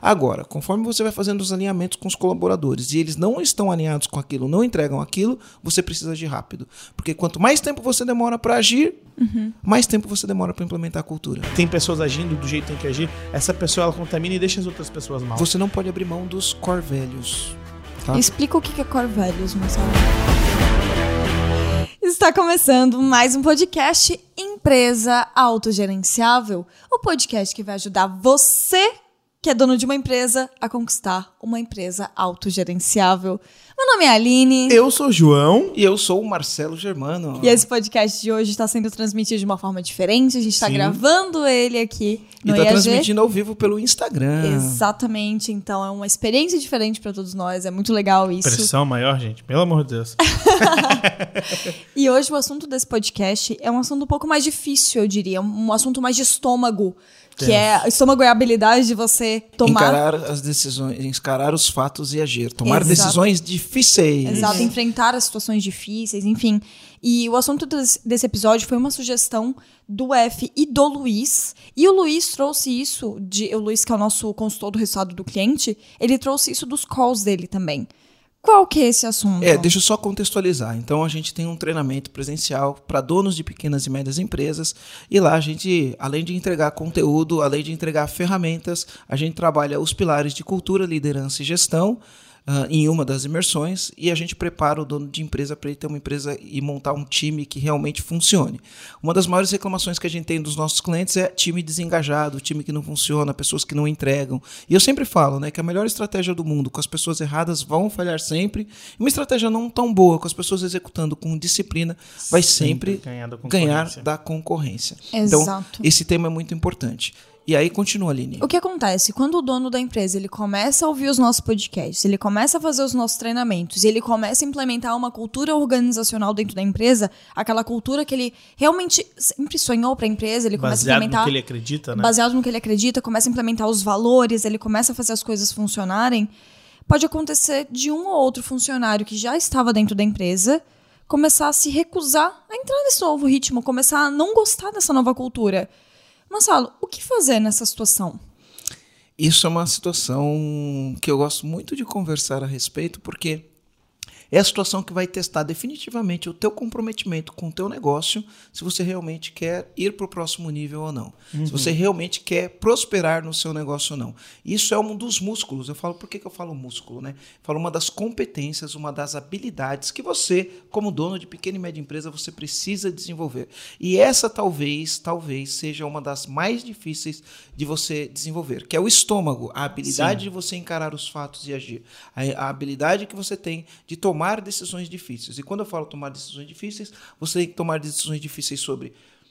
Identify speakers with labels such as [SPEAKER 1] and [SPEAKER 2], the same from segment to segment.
[SPEAKER 1] Agora, conforme você vai fazendo os alinhamentos com os colaboradores e eles não estão alinhados com aquilo, não entregam aquilo, você precisa agir rápido. Porque quanto mais tempo você demora para agir, mais tempo você demora para implementar a cultura.
[SPEAKER 2] Tem pessoas agindo do jeito que tem que agir, essa pessoa ela contamina e deixa as outras pessoas mal.
[SPEAKER 1] Você não pode abrir mão dos core values. Tá?
[SPEAKER 3] Explica o que é core values, Marcelo. Está começando mais um podcast Empresa Autogerenciável, o podcast que vai ajudar você, que é dono de uma empresa, a conquistar uma empresa autogerenciável. Meu nome é Aline.
[SPEAKER 2] Eu sou o João.
[SPEAKER 1] E eu sou o Marcelo Germano.
[SPEAKER 3] E esse podcast de hoje está sendo transmitido de uma forma diferente. A gente está gravando ele aqui no
[SPEAKER 1] E está transmitindo ao vivo pelo Instagram.
[SPEAKER 3] Exatamente. Então é uma experiência diferente para todos nós. É muito legal isso.
[SPEAKER 2] Pressão maior, gente. Pelo amor de Deus.
[SPEAKER 3] E hoje o assunto desse podcast é um assunto um pouco mais difícil, eu diria. Um assunto mais de estômago. Que estômago é a habilidade de você tomar...
[SPEAKER 1] Encarar as decisões, encarar os fatos e agir. Tomar decisões difíceis.
[SPEAKER 3] Exato, enfrentar as situações difíceis, enfim. E o assunto desse episódio foi uma sugestão do F e do Luiz. E o Luiz trouxe isso, o Luiz que é o nosso consultor do resultado do cliente, ele trouxe isso dos calls dele também. Qual que é esse assunto?
[SPEAKER 1] Deixa eu só contextualizar. Então, a gente tem um treinamento presencial para donos de pequenas e médias empresas e lá a gente, além de entregar conteúdo, além de entregar ferramentas, a gente trabalha os pilares de cultura, liderança e gestão em uma das imersões e a gente prepara o dono de empresa para ele ter uma empresa e montar um time que realmente funcione. Uma das maiores reclamações que a gente tem dos nossos clientes é time desengajado, time que não funciona, pessoas que não entregam. E eu sempre falo, né, que a melhor estratégia do mundo com as pessoas erradas vão falhar sempre. E uma estratégia não tão boa com as pessoas executando com disciplina vai sempre ganhar da concorrência.
[SPEAKER 3] Exato.
[SPEAKER 1] Então, esse tema é muito importante. E aí, continua, Aline.
[SPEAKER 3] O que acontece? Quando o dono da empresa ele começa a ouvir os nossos podcasts, ele começa a fazer os nossos treinamentos, ele começa a implementar uma cultura organizacional dentro da empresa, aquela cultura que ele realmente sempre sonhou para a empresa, ele começa a implementar...
[SPEAKER 2] Baseado no que ele acredita, né?
[SPEAKER 3] Baseado no que ele acredita, começa a implementar os valores, ele começa a fazer as coisas funcionarem. Pode acontecer de um ou outro funcionário que já estava dentro da empresa começar a se recusar a entrar nesse novo ritmo, começar a não gostar dessa nova cultura. Marcelo, o que fazer nessa situação?
[SPEAKER 1] Isso é uma situação que eu gosto muito de conversar a respeito, porque é a situação que vai testar definitivamente o teu comprometimento com o teu negócio, se você realmente quer ir para o próximo nível ou não. Se você realmente quer prosperar no seu negócio ou não. Isso é um dos músculos. Eu falo, por que eu falo músculo, né? Eu falo uma das competências, uma das habilidades que você, como dono de pequena e média empresa, você precisa desenvolver. E essa talvez seja uma das mais difíceis de você desenvolver, que é o estômago, a habilidade de você encarar os fatos e agir. A habilidade que você tem de tomar decisões difíceis. E quando eu falo tomar decisões difíceis, você tem que tomar decisões difíceis sobre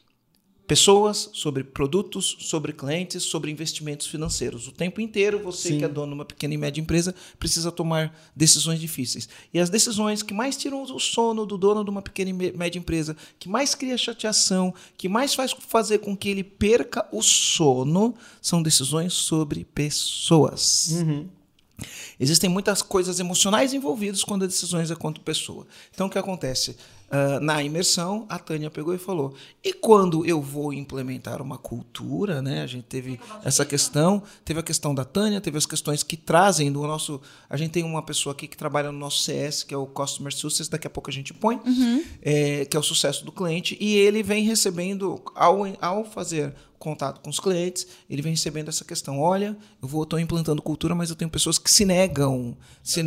[SPEAKER 1] pessoas, sobre produtos, sobre clientes, sobre investimentos financeiros. O tempo inteiro, você que é dono de uma pequena e média empresa, precisa tomar decisões difíceis. E as decisões que mais tiram o sono do dono de uma pequena e média empresa, que mais cria chateação, que mais faz fazer com que ele perca o sono, são decisões sobre pessoas. Existem muitas coisas emocionais envolvidas quando a decisões é contra pessoa. Então, o que acontece? Na imersão, a Tânia pegou e falou, e quando eu vou implementar uma cultura, né? A gente teve essa questão, teve a questão da Tânia, teve as questões que trazem do nosso... A gente tem uma pessoa aqui que trabalha no nosso CS, que é o Customer Success, daqui a pouco a gente põe, que é o sucesso do cliente, e ele vem recebendo, ao fazer contato com os clientes, ele vem recebendo essa questão, olha, estou implantando cultura, mas eu tenho pessoas que se negam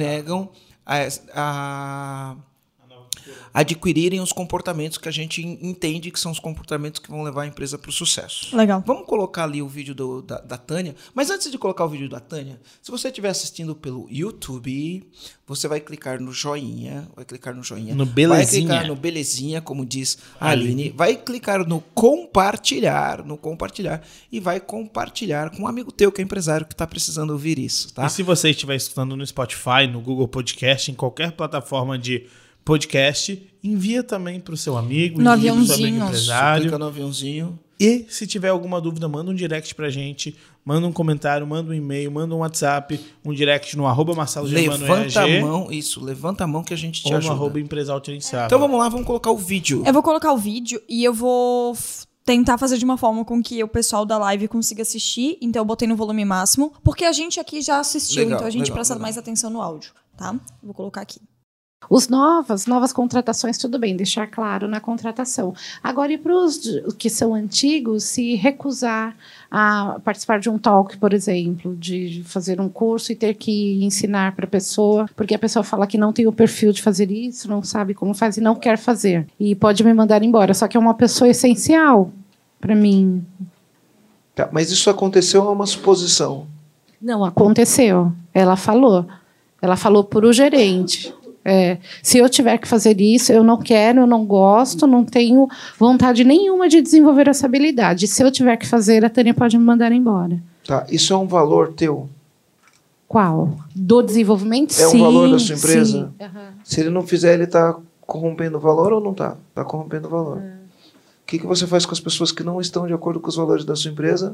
[SPEAKER 1] a adquirirem os comportamentos que a gente entende que são os comportamentos que vão levar a empresa para o sucesso.
[SPEAKER 3] Legal.
[SPEAKER 1] Vamos colocar ali o vídeo da Tânia, mas antes de colocar o vídeo da Tânia, se você estiver assistindo pelo YouTube, você vai clicar no joinha,
[SPEAKER 2] no belezinha.
[SPEAKER 1] Vai clicar no belezinha, como diz a Aline, vai clicar no compartilhar e vai compartilhar com um amigo teu que é empresário que está precisando ouvir isso, tá?
[SPEAKER 2] E se você estiver escutando no Spotify, no Google Podcast, em qualquer plataforma de podcast, envia também para o seu amigo,
[SPEAKER 3] no
[SPEAKER 2] envia para o seu
[SPEAKER 3] aviãozinho.
[SPEAKER 2] amigo empresário.
[SPEAKER 1] Clica no aviãozinho.
[SPEAKER 2] E se tiver alguma dúvida, manda um direct pra gente, manda um comentário, manda um e-mail, manda um WhatsApp, um direct no @MarceloGermano
[SPEAKER 1] Levanta a mão, levanta a mão que a gente te ajuda.
[SPEAKER 2] Ou no @empresa autogerenciável.
[SPEAKER 1] Então vamos lá, vamos colocar o vídeo.
[SPEAKER 3] Eu vou colocar o vídeo e eu vou tentar fazer de uma forma com que o pessoal da live consiga assistir. Então eu botei no volume máximo, porque a gente aqui já assistiu,
[SPEAKER 1] Legal,
[SPEAKER 3] então a gente
[SPEAKER 1] legal,
[SPEAKER 3] presta
[SPEAKER 1] legal.
[SPEAKER 3] mais atenção no áudio, tá? Vou colocar aqui.
[SPEAKER 4] Os novas contratações, tudo bem, deixar claro na contratação. Agora, e para os que são antigos, se recusar a participar de um talk, por exemplo, de fazer um curso e ter que ensinar para a pessoa, porque a pessoa fala que não tem o perfil de fazer isso, não sabe como faz e não quer fazer. E pode me mandar embora, só que é uma pessoa essencial para mim.
[SPEAKER 1] Tá, mas isso aconteceu ou é uma suposição?
[SPEAKER 4] Não, aconteceu. Ela falou para o gerente. Se eu tiver que fazer isso, eu não quero, eu não gosto, não tenho vontade nenhuma de desenvolver essa habilidade. Se eu tiver que fazer, a Tânia pode me mandar embora.
[SPEAKER 1] Tá, isso é um valor teu?
[SPEAKER 4] Qual? Do desenvolvimento?
[SPEAKER 1] É um valor da sua empresa?
[SPEAKER 4] Sim. Uhum.
[SPEAKER 1] Se ele não fizer, ele está corrompendo o valor ou não está? Está corrompendo o valor. O que você faz com as pessoas que não estão de acordo com os valores da sua empresa?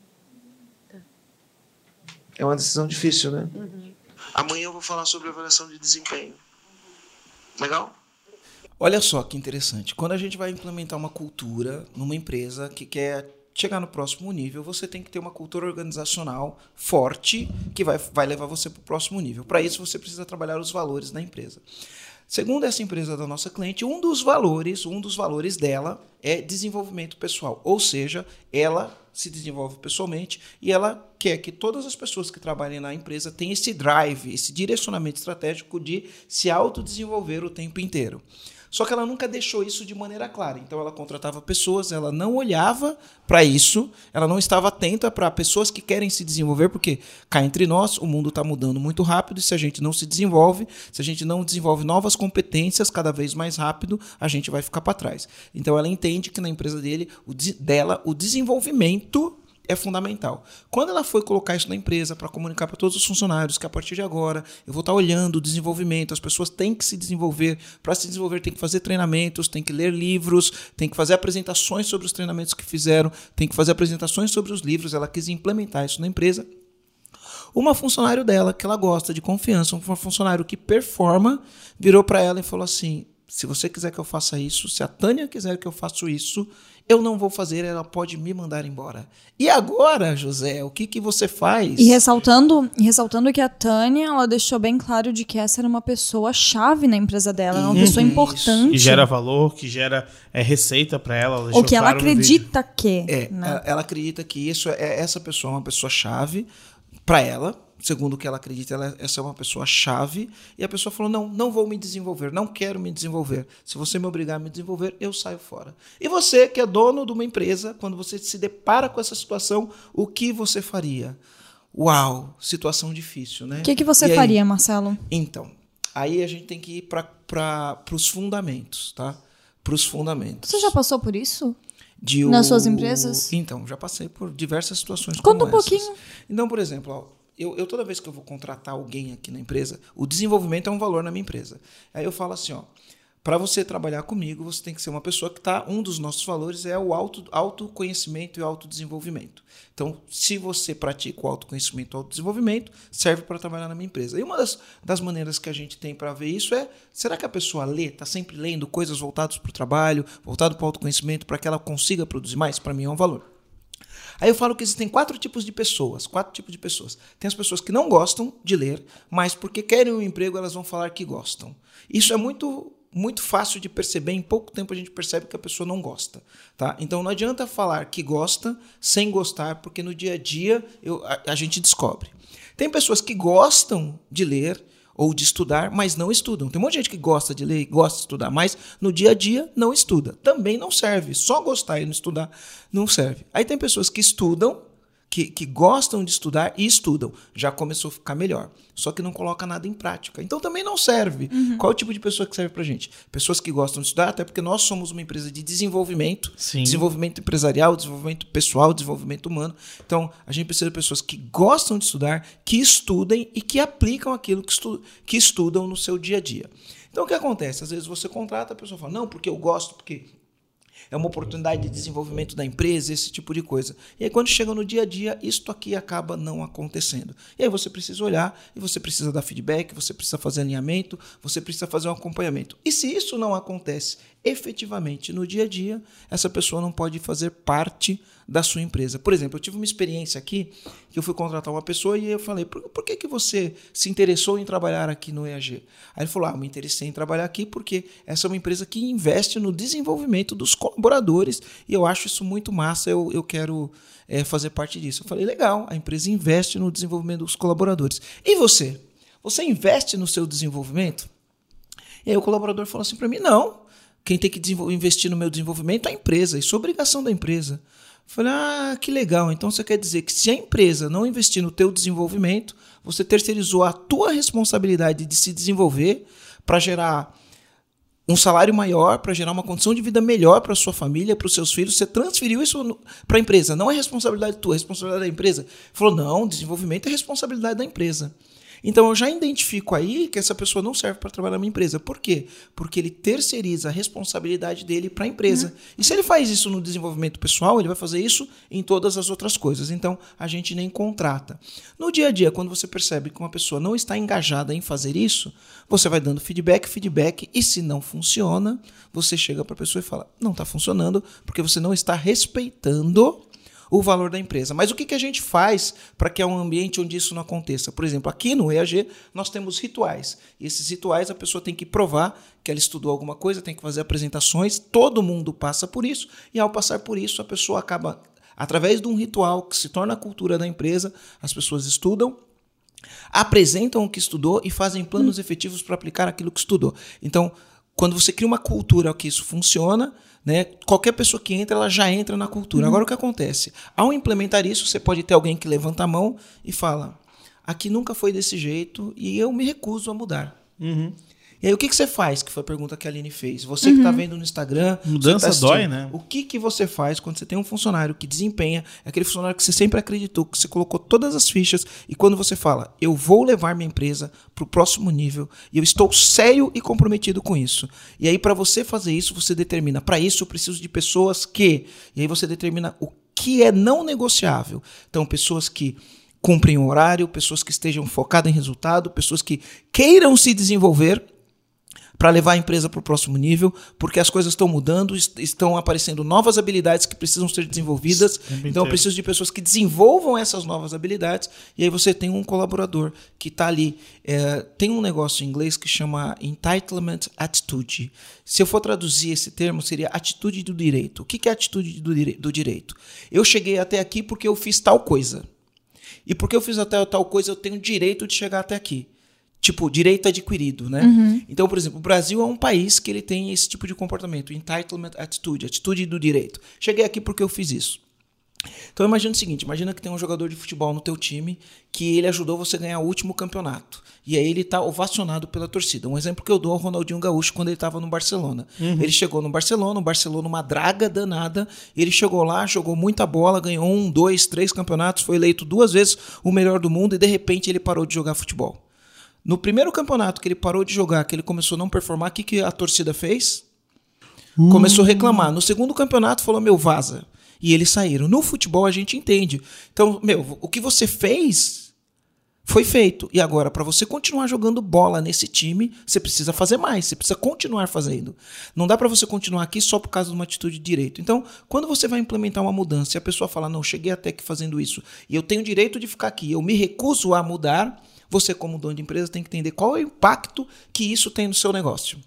[SPEAKER 1] É uma decisão difícil, né? Amanhã eu vou falar sobre avaliação de desempenho. Legal? Olha só que interessante. Quando a gente vai implementar uma cultura numa empresa que quer chegar no próximo nível, você tem que ter uma cultura organizacional forte que vai levar você para o próximo nível. Para isso, você precisa trabalhar os valores da empresa. Segundo essa empresa da nossa cliente, um dos valores dela é desenvolvimento pessoal. Ou seja, ela se desenvolve pessoalmente e ela quer que todas as pessoas que trabalhem na empresa tenham esse drive, esse direcionamento estratégico de se autodesenvolver o tempo inteiro. Só que ela nunca deixou isso de maneira clara. Então, ela contratava pessoas, ela não olhava para isso, ela não estava atenta para pessoas que querem se desenvolver, porque cá entre nós, o mundo está mudando muito rápido e se a gente não se desenvolve, se a gente não desenvolve novas competências cada vez mais rápido, a gente vai ficar para trás. Então, ela entende que na empresa dela, o desenvolvimento é fundamental. Quando ela foi colocar isso na empresa para comunicar para todos os funcionários que a partir de agora eu vou estar olhando o desenvolvimento, as pessoas têm que se desenvolver, para se desenvolver tem que fazer treinamentos, tem que ler livros, tem que fazer apresentações sobre os treinamentos que fizeram, tem que fazer apresentações sobre os livros, ela quis implementar isso na empresa. Uma funcionária dela, que ela gosta de confiança, um funcionário que performa, virou para ela e falou assim: se você quiser que eu faça isso, se a Tânia quiser que eu faça isso, eu não vou fazer, ela pode me mandar embora. E agora, José, o que você faz?
[SPEAKER 3] E ressaltando que a Tânia, ela deixou bem claro de que essa era uma pessoa chave na empresa dela, uma pessoa importante.
[SPEAKER 2] Que gera valor, que gera receita para ela.
[SPEAKER 3] Ou que ela acredita que.
[SPEAKER 1] Né? Ela acredita que essa pessoa é uma pessoa chave para ela. Segundo o que ela acredita, essa é uma pessoa chave. E a pessoa falou: não vou me desenvolver, não quero me desenvolver. Se você me obrigar a me desenvolver, eu saio fora. E você, que é dono de uma empresa, quando você se depara com essa situação, o que você faria? Uau, situação difícil, né?
[SPEAKER 3] O que você faria, Marcelo?
[SPEAKER 1] Então, aí a gente tem que ir para os fundamentos, tá? Para os fundamentos.
[SPEAKER 3] Você já passou por isso? Nas suas empresas?
[SPEAKER 1] Então, já passei por diversas situações
[SPEAKER 3] Conta
[SPEAKER 1] como essas.
[SPEAKER 3] Conta um pouquinho.
[SPEAKER 1] Então, por exemplo, ó, eu toda vez que eu vou contratar alguém aqui na empresa, o desenvolvimento é um valor na minha empresa. Aí eu falo assim, ó, para você trabalhar comigo, você tem que ser uma pessoa que um dos nossos valores é o autoconhecimento e o autodesenvolvimento. Então, se você pratica o autoconhecimento e o autodesenvolvimento, serve para trabalhar na minha empresa. E uma das maneiras que a gente tem para ver isso é, será que a pessoa está sempre lendo coisas voltadas para o trabalho, voltado para o autoconhecimento, para que ela consiga produzir mais? Para mim é um valor. Aí eu falo que existem 4 tipos de pessoas. Tem as pessoas que não gostam de ler, mas porque querem um emprego, elas vão falar que gostam. Isso é muito fácil de perceber. Em pouco tempo a gente percebe que a pessoa não gosta. Tá? Então não adianta falar que gosta sem gostar, porque no dia a dia a gente descobre. Tem pessoas que gostam de ler ou de estudar, mas não estudam. Tem um monte de gente que gosta de ler e gosta de estudar, mas no dia a dia não estuda. Também não serve. Só gostar e não estudar não serve. Aí tem pessoas que estudam, que gostam de estudar e estudam. Já começou a ficar melhor. Só que não coloca nada em prática. Então também não serve. Qual é o tipo de pessoa que serve pra gente? Pessoas que gostam de estudar, até porque nós somos uma empresa de desenvolvimento. Sim. Desenvolvimento empresarial, desenvolvimento pessoal, desenvolvimento humano. Então a gente precisa de pessoas que gostam de estudar, que estudem e que aplicam aquilo que estudam no seu dia a dia. Então o que acontece? Às vezes você contrata, a pessoa fala, não, porque eu gosto, porque é uma oportunidade de desenvolvimento da empresa, esse tipo de coisa. E aí, quando chega no dia a dia, isto aqui acaba não acontecendo. E aí você precisa olhar, e você precisa dar feedback, você precisa fazer alinhamento, você precisa fazer um acompanhamento. E se isso não acontece efetivamente no dia a dia, essa pessoa não pode fazer parte da sua empresa. Por exemplo, eu tive uma experiência aqui que eu fui contratar uma pessoa e eu falei, por que você se interessou em trabalhar aqui no EAG? Aí ele falou, me interessei em trabalhar aqui porque essa é uma empresa que investe no desenvolvimento dos colaboradores e eu acho isso muito massa, eu quero fazer parte disso. Eu falei, legal, a empresa investe no desenvolvimento dos colaboradores. E você? Você investe no seu desenvolvimento? E aí o colaborador falou assim para mim, não, quem tem que investir no meu desenvolvimento é a empresa, isso é obrigação da empresa. Eu falei, que legal, então você quer dizer que se a empresa não investir no teu desenvolvimento, você terceirizou a tua responsabilidade de se desenvolver para gerar um salário maior, para gerar uma condição de vida melhor para a sua família, para os seus filhos, você transferiu isso para a empresa, não é responsabilidade tua, é responsabilidade da empresa. Ele falou, não, desenvolvimento é responsabilidade da empresa. Então eu já identifico aí que essa pessoa não serve para trabalhar na minha empresa. Por quê? Porque ele terceiriza a responsabilidade dele para a empresa. E se ele faz isso no desenvolvimento pessoal, ele vai fazer isso em todas as outras coisas. Então a gente nem contrata. No dia a dia, quando você percebe que uma pessoa não está engajada em fazer isso, você vai dando feedback, e se não funciona, você chega para a pessoa e fala, não está funcionando porque você não está respeitando o valor da empresa. Mas o que a gente faz para que é um ambiente onde isso não aconteça? Por exemplo, aqui no EAG nós temos rituais. E esses rituais a pessoa tem que provar que ela estudou alguma coisa, tem que fazer apresentações, todo mundo passa por isso, e ao passar por isso a pessoa acaba, através de um ritual que se torna a cultura da empresa, as pessoas estudam, apresentam o que estudou e fazem planos efetivos para aplicar aquilo que estudou. Então, quando você cria uma cultura que isso funciona, né, qualquer pessoa que entra, ela já entra na cultura. Agora, o que acontece? Ao implementar isso, você pode ter alguém que levanta a mão e fala, aqui nunca foi desse jeito e eu me recuso a mudar. E aí, o que você faz? Que foi a pergunta que a Aline fez. Você que está vendo no Instagram...
[SPEAKER 2] Mudança dói, né?
[SPEAKER 1] O que você faz quando você tem um funcionário que desempenha, é aquele funcionário que você sempre acreditou, que você colocou todas as fichas, e quando você fala, eu vou levar minha empresa para o próximo nível, e eu estou sério e comprometido com isso. E aí, para você fazer isso, você determina, para isso eu preciso de pessoas que... E aí você determina o que é não negociável. Então, pessoas que cumprem o horário, pessoas que estejam focadas em resultado, pessoas que queiram se desenvolver para levar a empresa para o próximo nível, porque as coisas estão mudando, estão aparecendo novas habilidades que precisam ser desenvolvidas. Então eu preciso de pessoas que desenvolvam essas novas habilidades, e aí você tem um colaborador que está ali. Tem um negócio em inglês que chama Entitlement Attitude. Se eu for traduzir esse termo, seria atitude do direito. O que é atitude do direito? Eu cheguei até aqui porque eu fiz tal coisa. E porque eu fiz até tal coisa, eu tenho direito de chegar até aqui. Tipo, direito adquirido, né? Então, por exemplo, o Brasil é um país que ele tem esse tipo de comportamento, entitlement attitude, atitude do direito. Cheguei aqui porque eu fiz isso. Então, imagina o seguinte, imagina que tem um jogador de futebol no teu time que ele ajudou você a ganhar o último campeonato. E aí ele está ovacionado pela torcida. Um exemplo que eu dou é o Ronaldinho Gaúcho quando ele estava no Barcelona. Ele chegou no Barcelona uma draga danada, ele chegou lá, jogou muita bola, ganhou 1, 2, 3 campeonatos, foi eleito 2 vezes o melhor do mundo e de repente ele parou de jogar futebol. No primeiro campeonato que ele parou de jogar, que ele começou a não performar, o que a torcida fez? Começou a reclamar. No segundo campeonato falou, vaza. E eles saíram. No futebol a gente entende. Então, o que você fez foi feito. E agora, para você continuar jogando bola nesse time, você precisa fazer mais. Você precisa continuar fazendo. Não dá para você continuar aqui só por causa de uma atitude de direito. Então, quando você vai implementar uma mudança e a pessoa fala, não, cheguei até aqui fazendo isso e eu tenho o direito de ficar aqui, eu me recuso a mudar, você como dono de empresa tem que entender qual é o impacto que isso tem no seu negócio.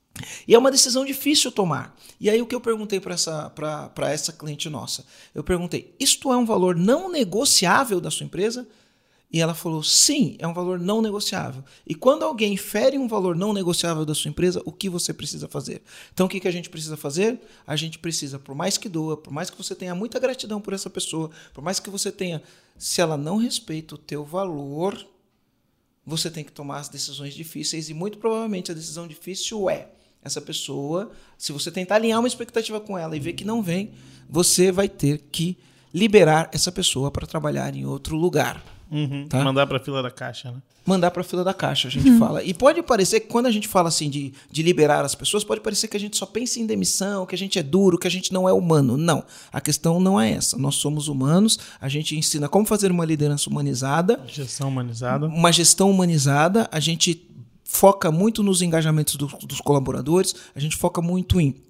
[SPEAKER 1] E é uma decisão difícil tomar. E aí o que eu perguntei para essa cliente nossa? Eu perguntei, isto é um valor não negociável da sua empresa? E ela falou, sim, é um valor não negociável. E quando alguém fere um valor não negociável da sua empresa, o que você precisa fazer? Então o que a gente precisa fazer? A gente precisa, por mais que doa, por mais que você tenha muita gratidão por essa pessoa, por mais que você tenha, se ela não respeita o teu valor, você tem que tomar as decisões difíceis, e muito provavelmente a decisão difícil é essa pessoa, se você tentar alinhar uma expectativa com ela e ver que não vem, você vai ter que liberar essa pessoa para trabalhar em outro lugar. Tá?
[SPEAKER 2] Mandar para a fila da caixa, né?
[SPEAKER 1] Mandar para a fila da caixa, a gente fala. E pode parecer que quando a gente fala assim de liberar as pessoas, pode parecer que a gente só pensa em demissão, que a gente é duro, que a gente não é humano. Não, a questão não é essa. Nós somos humanos, a gente ensina como fazer uma liderança humanizada.
[SPEAKER 2] Gestão humanizada.
[SPEAKER 1] Uma gestão humanizada, a gente foca muito nos engajamentos dos colaboradores, a gente foca muito em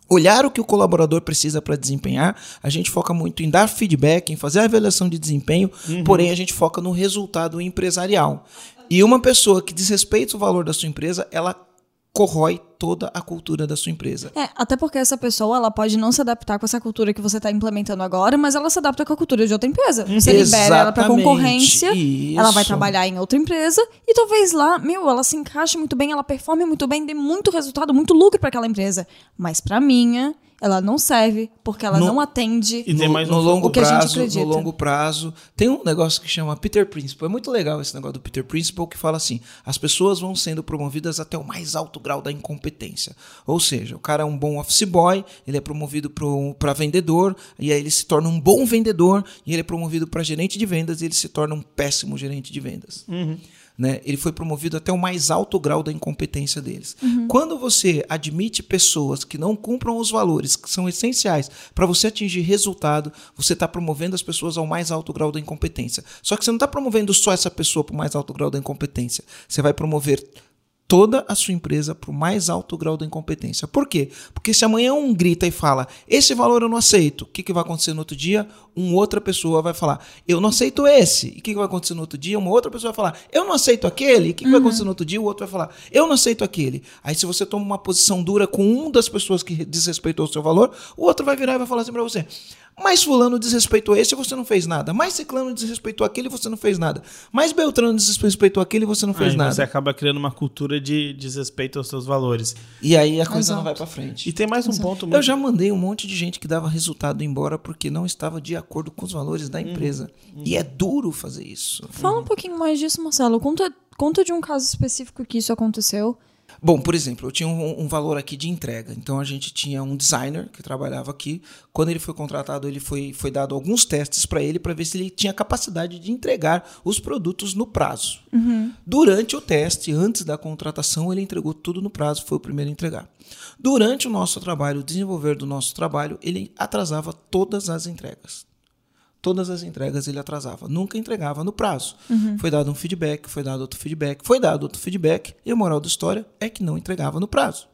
[SPEAKER 1] olhar o que o colaborador precisa para desempenhar. A gente foca muito em dar feedback, em fazer a avaliação de desempenho, porém a gente foca no resultado empresarial. E uma pessoa que desrespeita o valor da sua empresa, ela corrói toda a cultura da sua empresa.
[SPEAKER 3] Até porque essa pessoa, ela pode não se adaptar com essa cultura que você está implementando agora, mas ela se adapta com a cultura de outra empresa. Você libera ela para concorrência, ela vai trabalhar em outra empresa e talvez lá, ela se encaixe muito bem, ela performe muito bem, dê muito resultado, muito lucro para aquela empresa. Mas para minha, ela não serve porque ela não atende
[SPEAKER 2] e tem mais
[SPEAKER 1] no longo
[SPEAKER 3] o que a gente
[SPEAKER 1] prazo.
[SPEAKER 3] acredita.
[SPEAKER 1] No longo prazo. Tem um negócio que chama Peter Principle. É muito legal esse negócio do Peter Principle, que fala assim, as pessoas vão sendo promovidas até o mais alto grau da incompetência. Ou seja, o cara é um bom office boy, ele é promovido para vendedor, e aí ele se torna um bom vendedor, e ele é promovido para gerente de vendas, e ele se torna um péssimo gerente de vendas. Né? Ele foi promovido até o mais alto grau da incompetência deles. Quando você admite pessoas que não cumpram os valores que são essenciais para você atingir resultado, você está promovendo as pessoas ao mais alto grau da incompetência. Só que você não está promovendo só essa pessoa para o mais alto grau da incompetência. Você vai promover toda a sua empresa para o mais alto grau da incompetência. Por quê? Porque se amanhã um grita e fala, esse valor eu não aceito, o que vai acontecer no outro dia? Uma outra pessoa vai falar, eu não aceito esse. E o que vai acontecer no outro dia? Uma outra pessoa vai falar, eu não aceito aquele. E o que vai acontecer no outro dia? O outro vai falar, eu não aceito aquele. Aí se você toma uma posição dura com uma das pessoas que desrespeitou o seu valor, o outro vai virar e vai falar assim para você, mas fulano desrespeitou esse e você não fez nada. Mas ciclano desrespeitou aquele e você não fez nada. Mas Beltrano desrespeitou aquele e você não fez nada.
[SPEAKER 2] Você acaba criando uma cultura de desrespeito aos seus valores.
[SPEAKER 1] E aí a coisa não vai pra frente.
[SPEAKER 2] E tem mais um ponto...
[SPEAKER 1] Eu já mandei um monte de gente que dava resultado embora porque não estava de acordo com os valores da empresa. E é duro fazer isso.
[SPEAKER 3] Fala um pouquinho mais disso, Marcelo. Conta de um caso específico que isso aconteceu.
[SPEAKER 1] Bom, por exemplo, eu tinha um valor aqui de entrega. Então, a gente tinha um designer que trabalhava aqui. Quando ele foi contratado, ele foi dado alguns testes para ele para ver se ele tinha capacidade de entregar os produtos no prazo. Durante o teste, antes da contratação, ele entregou tudo no prazo, foi o primeiro a entregar. Durante o nosso trabalho, o desenvolver do nosso trabalho, ele atrasava todas as entregas. Todas as entregas ele atrasava, nunca entregava no prazo. Foi dado um feedback, foi dado outro feedback, foi dado outro feedback, e a moral da história é que não entregava no prazo.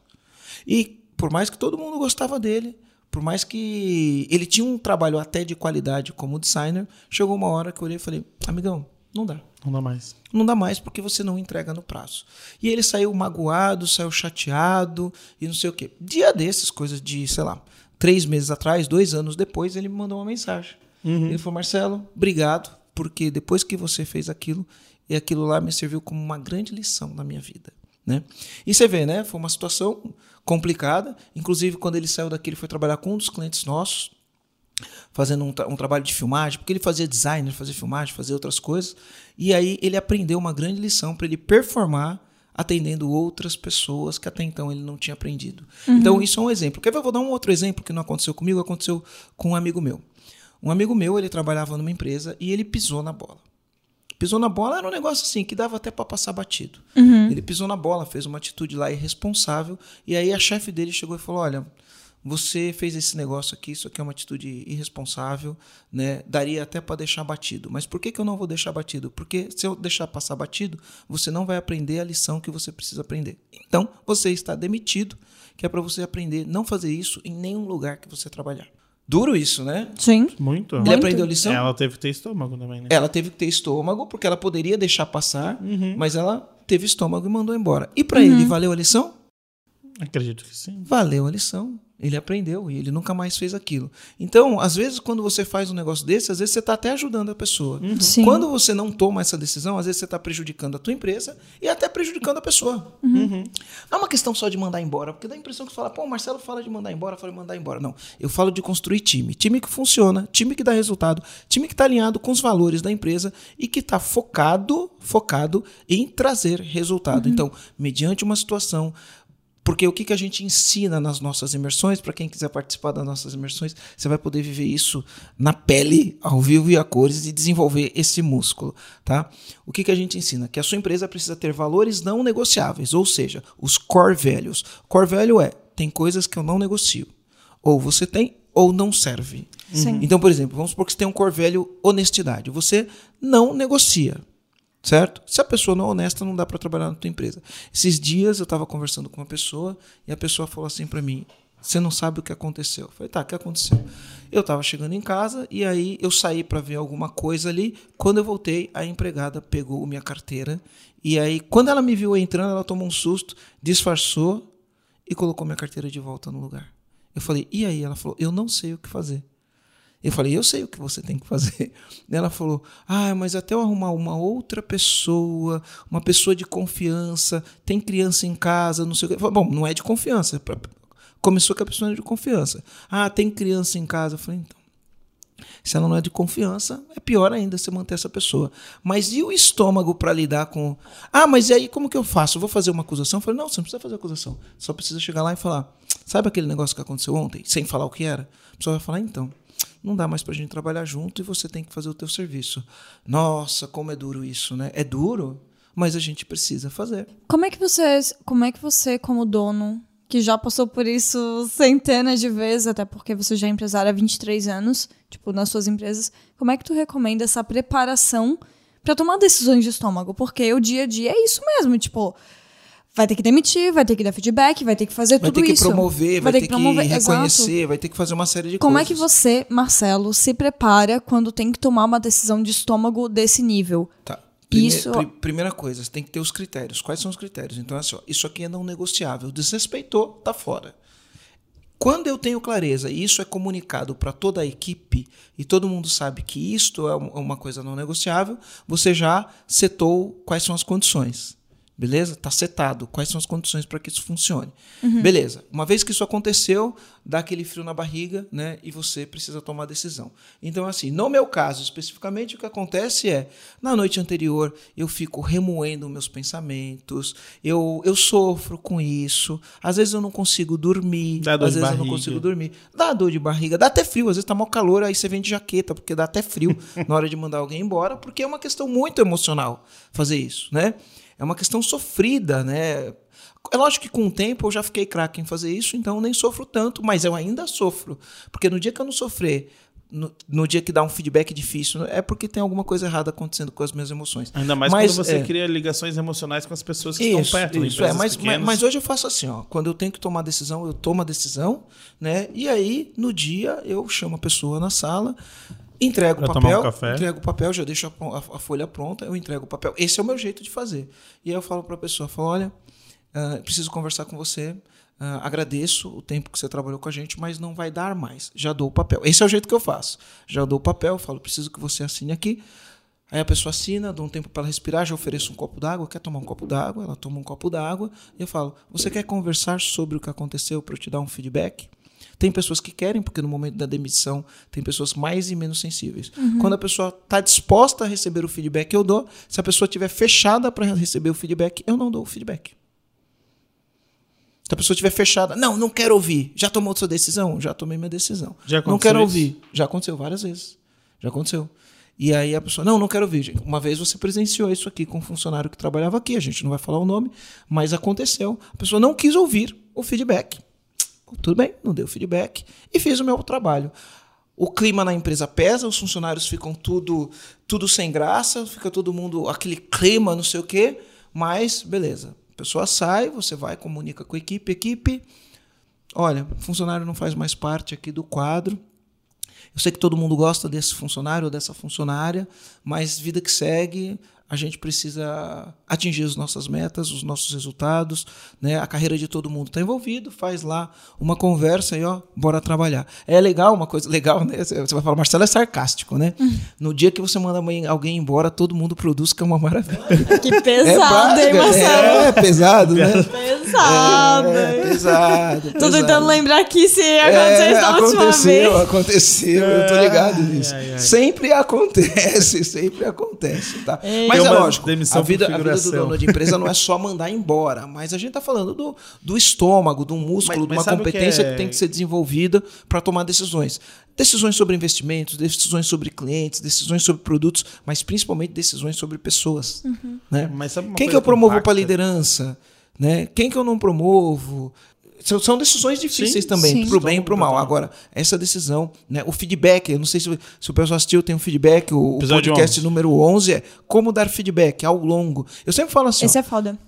[SPEAKER 1] E por mais que todo mundo gostava dele, por mais que ele tinha um trabalho até de qualidade como designer, chegou uma hora que eu olhei e falei, amigão, não dá.
[SPEAKER 2] Não dá mais.
[SPEAKER 1] Não dá mais porque você não entrega no prazo. E ele saiu magoado, saiu chateado e não sei o quê. Dia desses, coisas de, 3 meses atrás, 2 anos depois, ele me mandou uma mensagem. Ele falou, Marcelo, obrigado, porque depois que você fez aquilo, e aquilo lá me serviu como uma grande lição na minha vida. Né? E você vê, né? Foi uma situação complicada. Inclusive, quando ele saiu daqui, ele foi trabalhar com um dos clientes nossos, fazendo um trabalho de filmagem, porque ele fazia design, ele fazia filmagem, fazia outras coisas. E aí ele aprendeu uma grande lição para ele performar atendendo outras pessoas que até então ele não tinha aprendido. Então, isso é um exemplo. Quer ver? Eu vou dar um outro exemplo que não aconteceu comigo, aconteceu com um amigo meu. Um amigo meu, ele trabalhava numa empresa e ele pisou na bola. Pisou na bola era um negócio assim, que dava até para passar batido. Ele pisou na bola, fez uma atitude lá irresponsável, e aí a chefe dele chegou e falou, olha, você fez esse negócio aqui, isso aqui é uma atitude irresponsável, né? Daria até para deixar batido. Mas por que eu não vou deixar batido? Porque se eu deixar passar batido, você não vai aprender a lição que você precisa aprender. Então, você está demitido, que é para você aprender não fazer isso em nenhum lugar que você trabalhar. Duro isso, né?
[SPEAKER 3] Sim.
[SPEAKER 2] Muito.
[SPEAKER 1] Ele aprendeu a lição?
[SPEAKER 2] Ela teve que ter estômago também, né?
[SPEAKER 1] Ela teve que ter estômago, porque ela poderia deixar passar, mas ela teve estômago e mandou embora. E para ele, valeu a lição?
[SPEAKER 2] Acredito que sim.
[SPEAKER 1] Valeu a lição. Ele aprendeu e ele nunca mais fez aquilo. Então, às vezes, quando você faz um negócio desse, às vezes você está até ajudando a pessoa.
[SPEAKER 3] Sim.
[SPEAKER 1] Quando você não toma essa decisão, às vezes você está prejudicando a tua empresa e até prejudicando a pessoa. Não é uma questão só de mandar embora, porque dá a impressão que você fala, pô, o Marcelo fala de mandar embora, fala de mandar embora. Não, eu falo de construir time. Time que funciona, time que dá resultado, time que está alinhado com os valores da empresa e que está focado em trazer resultado. Então, mediante uma situação... Porque o que a gente ensina nas nossas imersões, para quem quiser participar das nossas imersões, você vai poder viver isso na pele, ao vivo e a cores, e desenvolver esse músculo. Tá? O que a gente ensina? Que a sua empresa precisa ter valores não negociáveis, ou seja, os core values. Core value tem coisas que eu não negocio. Ou você tem, ou não serve.
[SPEAKER 3] Sim.
[SPEAKER 1] Então, por exemplo, vamos supor que você tem um core value honestidade. Você não negocia. Certo? Se a pessoa não é honesta, não dá para trabalhar na tua empresa. Esses dias eu estava conversando com uma pessoa e a pessoa falou assim para mim, Você não sabe o que aconteceu. Eu falei, tá, o que aconteceu? Eu estava chegando em casa e aí eu saí para ver alguma coisa ali. Quando eu voltei, a empregada pegou minha carteira e aí, quando ela me viu entrando, ela tomou um susto, disfarçou e colocou minha carteira de volta no lugar. Eu falei, e aí? Ela falou, eu não sei o que fazer. Eu falei, eu sei o que você tem que fazer. Ela falou, mas até eu arrumar uma outra pessoa, uma pessoa de confiança, tem criança em casa, não sei o que. Eu falei, bom, não é de confiança. Começou com a pessoa de confiança. Tem criança em casa. Eu falei, então, se ela não é de confiança, é pior ainda você manter essa pessoa. Mas e o estômago para lidar com... mas e aí como que eu faço? Eu vou fazer uma acusação? Eu falei, não, você não precisa fazer acusação. Só precisa chegar lá e falar, sabe aquele negócio que aconteceu ontem? Sem falar o que era? A pessoa vai falar, então, não dá mais pra gente trabalhar junto e você tem que fazer o teu serviço. Nossa, como é duro isso, né? É duro, mas a gente precisa fazer.
[SPEAKER 3] Como é que você, como dono, que já passou por isso centenas de vezes, até porque você já é empresário há 23 anos, tipo, nas suas empresas, como é que tu recomenda essa preparação para tomar decisões de estômago? Porque o dia a dia é isso mesmo, tipo, vai ter que demitir, vai ter que dar feedback, vai ter que fazer tudo isso.
[SPEAKER 1] Vai ter que promover, vai ter que reconhecer,
[SPEAKER 3] exato.
[SPEAKER 1] vai ter que fazer uma série de
[SPEAKER 3] Como
[SPEAKER 1] coisas.
[SPEAKER 3] é que você, Marcelo, se prepara quando tem que tomar uma decisão de estômago desse nível?
[SPEAKER 1] Tá.
[SPEAKER 3] Isso...
[SPEAKER 1] Primeira coisa, você tem que ter os critérios. Quais são os critérios? Então, assim, isso aqui é não negociável. Desrespeitou, tá fora. Quando eu tenho clareza e isso é comunicado para toda a equipe e todo mundo sabe que isto é uma coisa não negociável, você já setou quais são as condições. Beleza? Está setado. Quais são as condições para que isso funcione? Beleza. Uma vez que isso aconteceu, dá aquele frio na barriga, né? E você precisa tomar decisão. Então, assim, no meu caso, especificamente, o que acontece é, na noite anterior, eu fico remoendo meus pensamentos, eu sofro com isso, às vezes eu não consigo dormir, às vezes eu não consigo dormir. Dá dor de barriga, dá até frio, às vezes tá mó calor, aí você vem de jaqueta, porque dá até frio na hora de mandar alguém embora, porque é uma questão muito emocional fazer isso, né? É uma questão sofrida, né? É lógico que com o tempo eu já fiquei craque em fazer isso, então eu nem sofro tanto, mas eu ainda sofro. Porque no dia que eu não sofrer, no dia que dá um feedback difícil, é porque tem alguma coisa errada acontecendo com as minhas emoções.
[SPEAKER 2] Ainda mais quando você cria ligações emocionais com as pessoas que estão perto.
[SPEAKER 1] Isso, mas hoje eu faço assim, ó, quando eu tenho que tomar decisão, eu tomo a decisão, né? E aí, no dia, eu chamo a pessoa na sala... Entrego o papel, já deixo a folha pronta, eu entrego o papel. Esse é o meu jeito de fazer. E aí eu falo para a pessoa, olha, preciso conversar com você, agradeço o tempo que você trabalhou com a gente, mas não vai dar mais. Já dou o papel. Esse é o jeito que eu faço. Já dou o papel, falo, preciso que você assine aqui. Aí a pessoa assina, dou um tempo para ela respirar, já ofereço um copo d'água, quer tomar um copo d'água? Ela toma um copo d'água e eu falo, você quer conversar sobre o que aconteceu para eu te dar um feedback? Tem pessoas que querem, porque no momento da demissão tem pessoas mais e menos sensíveis. Quando a pessoa está disposta a receber o feedback, eu dou. Se a pessoa estiver fechada para receber o feedback, eu não dou o feedback. Se a pessoa estiver fechada, não quero ouvir. Já tomou sua decisão? Já tomei minha decisão. Não quero ouvir. Já aconteceu várias vezes. Já aconteceu. E aí a pessoa, não quero ouvir. Gente. Uma vez você presenciou isso aqui com um funcionário que trabalhava aqui, a gente não vai falar o nome, mas aconteceu. A pessoa não quis ouvir o feedback. Tudo bem, não deu feedback e fiz o meu trabalho. O clima na empresa pesa, os funcionários ficam tudo sem graça, fica todo mundo, aquele clima, não sei o quê, mas beleza. A pessoa sai, você vai, comunica com a equipe, olha, o funcionário não faz mais parte aqui do quadro. Eu sei que todo mundo gosta desse funcionário ou dessa funcionária, mas vida que segue, a gente precisa atingir as nossas metas, os nossos resultados, né? A carreira de todo mundo está envolvido, faz lá uma conversa e bora trabalhar. É legal, uma coisa legal, né? Você vai falar, Marcelo é sarcástico, né? No dia que você manda alguém embora, todo mundo produz, que é uma maravilha.
[SPEAKER 3] Que pesado, hein, Marcelo?
[SPEAKER 1] É pesado, né?
[SPEAKER 3] Pesado.
[SPEAKER 1] Pesado.
[SPEAKER 3] Tô tentando lembrar aqui se aconteceu isso da última vez.
[SPEAKER 1] Aconteceu, eu tô ligado nisso. Sempre acontece, tá? Mas é lógico, a vida do dono de empresa não é só mandar embora, mas a gente está falando do estômago, do músculo, de uma competência que tem que ser desenvolvida para tomar decisões. Decisões sobre investimentos, decisões sobre clientes, decisões sobre produtos, mas principalmente decisões sobre pessoas. Né?
[SPEAKER 2] Mas
[SPEAKER 1] quem que eu promovo para a liderança? Né? Quem que eu não promovo? São decisões difíceis também, pro bem e pro mal. Agora, essa decisão, né, o feedback, eu não sei se o pessoal assistiu, tem um feedback, o podcast 11. Número 11 é como dar feedback ao longo. Eu sempre falo assim...
[SPEAKER 3] Esse é foda.